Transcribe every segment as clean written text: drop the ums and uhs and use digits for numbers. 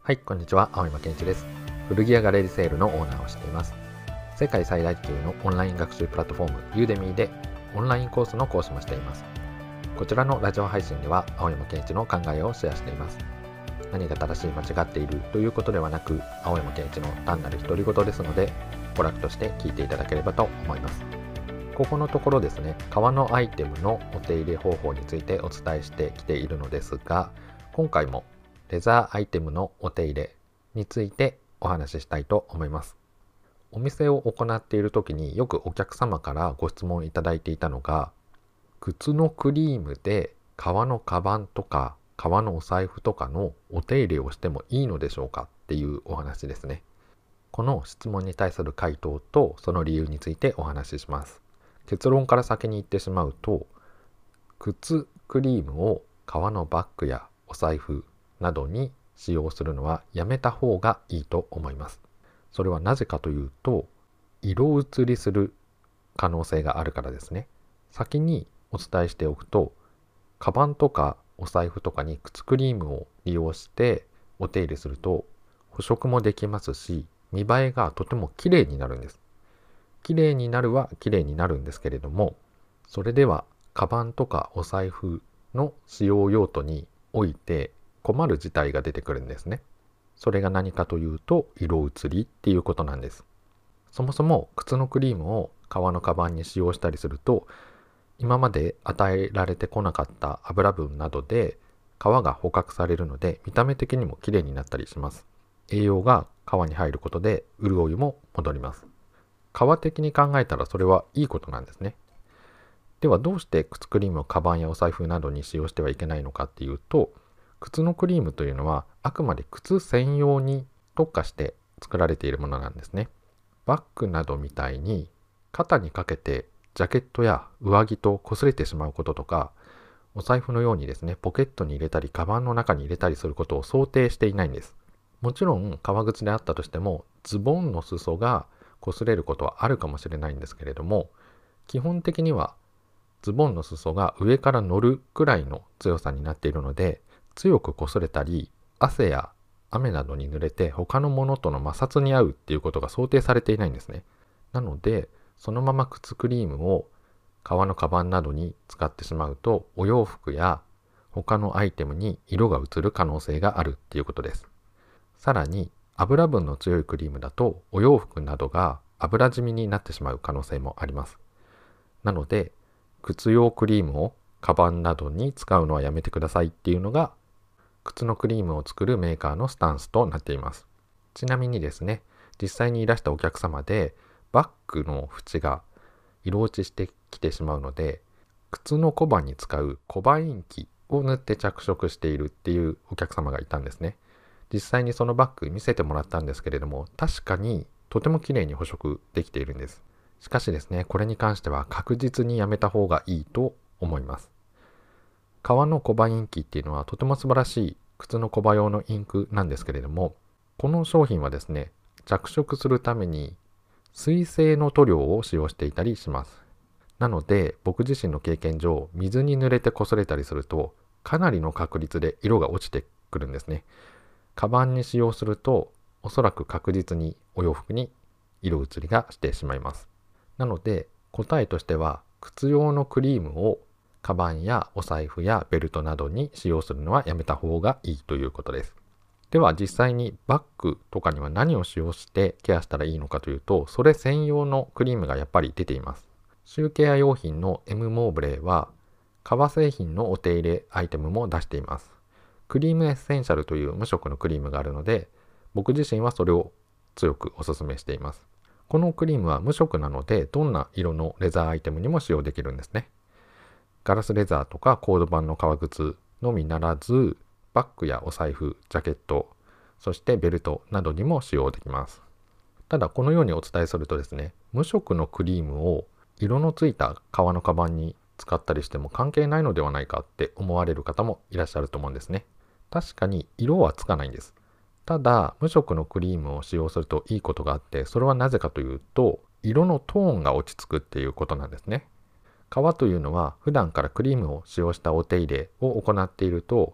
はい、こんにちは。青山健一です。古着屋ガレージセールのオーナーをしています。世界最大級のオンライン学習プラットフォームユーデミーでオンラインコースの講師もしています。こちらのラジオ配信では青山健一の考えをシェアしています。何が正しい間違っているということではなく、青山健一の単なる独り言ですので、娯楽として聞いていただければと思います。ここのところですね、革のアイテムのお手入れ方法についてお伝えしてきているのですが、今回もレザーアイテムのお手入れについてお話ししたいと思います。お店を行っている時によくお客様からご質問いただいていたのが、靴のクリームで革のカバンとか革のお財布とかのお手入れをしてもいいのでしょうかっていうお話ですね。この質問に対する回答とその理由についてお話しします。結論から先に言ってしまうと、靴クリームを革のバッグやお財布などに使用するのはやめた方がいいと思います。それはなぜかというと、色移りする可能性があるからですね。先にお伝えしておくと、カバンとかお財布とかに靴クリームを利用してお手入れすると補色もできますし、見栄えがとても綺麗になるんです。綺麗になるは綺麗になるんですけれども、それではカバンとかお財布の使用用途において困る事態が出てくるんですね。それが何かというと、色移りっていうことなんです。そもそも靴のクリームを革のカバンに使用したりすると、今まで与えられてこなかった油分などで革が捕獲されるので、見た目的にも綺麗になったりします。栄養が革に入ることで潤いも戻ります。革的に考えたらそれはいいことなんですね。ではどうして靴クリームをカバンやお財布などに使用してはいけないのかっていうと、靴のクリームというのはあくまで靴専用に特化して作られているものなんですね。バッグなどみたいに肩にかけてジャケットや上着と擦れてしまうこととか、お財布のようにですね、ポケットに入れたりカバンの中に入れたりすることを想定していないんです。もちろん革靴であったとしても、ズボンの裾が擦れることはあるかもしれないんですけれども、基本的にはズボンの裾が上から乗るくらいの強さになっているので、強く擦れたり汗や雨などに濡れて他のものとの摩擦に合うっていうことが想定されていないんですね。なのでそのまま靴クリームを革のカバンなどに使ってしまうと、お洋服や他のアイテムに色が移る可能性があるっていうことです。さらに油分の強いクリームだとお洋服などが油染みになってしまう可能性もあります。なので靴用クリームをカバンなどに使うのはやめてくださいっていうのが靴のクリームを作るメーカーのスタンスとなっています。ちなみにですね、実際にいらしたお客様でバッグの縁が色落ちしてきてしまうので、靴の小判に使う小判インキを塗って着色しているっていうお客様がいたんですね。実際にそのバッグ見せてもらったんですけれども、確かにとても綺麗に補色できているんです。しかしですね、これに関しては確実にやめた方がいいと思います。革のコバインキーっていうのはとても素晴らしい靴のコバ用のインクなんですけれども、この商品はですね、着色するために水性の塗料を使用していたりします。なので僕自身の経験上、水に濡れて擦れたりするとかなりの確率で色が落ちてくるんですね。カバンに使用するとおそらく確実にお洋服に色移りがしてしまいます。なので答えとしては、靴用のクリームをカバンやお財布やベルトなどに使用するのはやめた方がいいということです。では実際にバッグとかには何を使用してケアしたらいいのかというと、それ専用のクリームがやっぱり出ています。シューケア用品の M モーブレーは革製品のお手入れアイテムも出しています。クリームエッセンシャルという無色のクリームがあるので、僕自身はそれを強くお勧めしています。このクリームは無色なので、どんな色のレザーアイテムにも使用できるんですね。ガラスレザーとかコード版の革靴のみならず、バッグやお財布、ジャケット、そしてベルトなどにも使用できます。ただこのようにお伝えするとですね、無色のクリームを色のついた革のカバンに使ったりしても関係ないのではないかって思われる方もいらっしゃると思うんですね。確かに色はつかないんです。ただ無色のクリームを使用するといいことがあって、それはなぜかというと、色のトーンが落ち着くっていうことなんですね。革というのは普段からクリームを使用したお手入れを行っていると、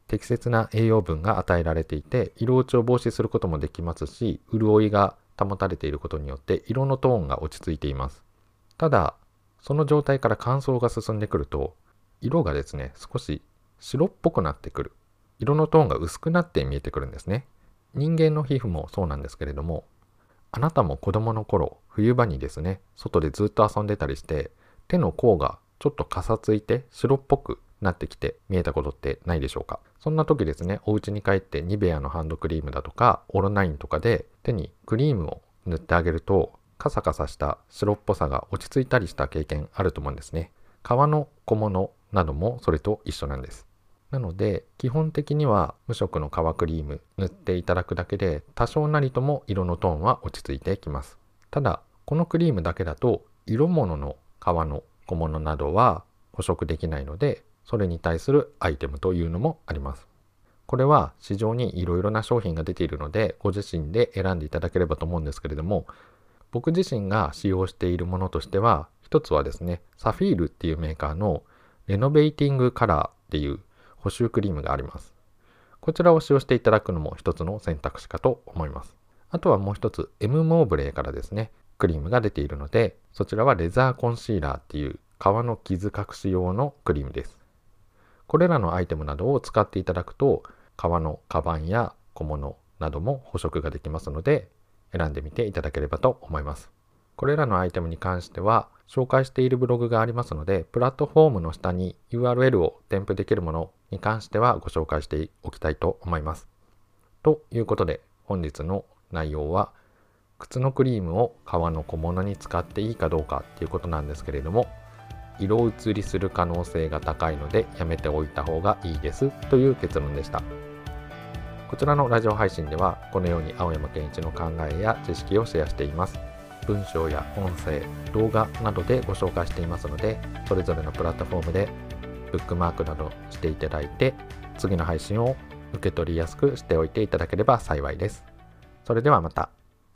適切な栄養分が与えられていて、色落ちを防止することもできますし、潤いが保たれていることによって色のトーンが落ち着いています。ただ、その状態から乾燥が進んでくると、色がですね、少し白っぽくなってくる。色のトーンが薄くなって見えてくるんですね。人間の皮膚もそうなんですけれども、あなたも子供の頃、冬場にですね、外でずっと遊んでたりして、手の甲がちょっとかさついて白っぽくなってきて見えたことってないでしょうか。そんな時ですね、お家に帰ってニベアのハンドクリームだとかオロナインとかで手にクリームを塗ってあげると、カサカサした白っぽさが落ち着いたりした経験あると思うんですね。革の小物などもそれと一緒なんです。なので基本的には無色の革クリーム塗っていただくだけで多少なりとも色のトーンは落ち着いてきます。ただこのクリームだけだと色物の革の小物などは補色できないので、それに対するアイテムというのもあります。これは市場にいろいろな商品が出ているのでご自身で選んでいただければと思うんですけれども、僕自身が使用しているものとしては、一つはですね、サフィールっていうメーカーのレノベイティングカラーっていう補修クリームがあります。こちらを使用していただくのも一つの選択肢かと思います。あとはもう一つ M モーブレーからですね、クリームが出ているので、そちらはレザーコンシーラーっていう革の傷隠し用のクリームです。これらのアイテムなどを使っていただくと、革のカバンや小物なども補色ができますので、選んでみていただければと思います。これらのアイテムに関しては、紹介しているブログがありますので、プラットフォームの下に URL を添付できるものに関してはご紹介しておきたいと思います。ということで、本日の内容は、靴のクリームを革の小物に使っていいかどうかっていうことなんですけれども、色移りする可能性が高いのでやめておいた方がいいですという結論でした。こちらのラジオ配信ではこのように青山健一の考えや知識をシェアしています。文章や音声、動画などでご紹介していますので、それぞれのプラットフォームでブックマークなどしていただいて、次の配信を受け取りやすくしておいていただければ幸いです。それではまた。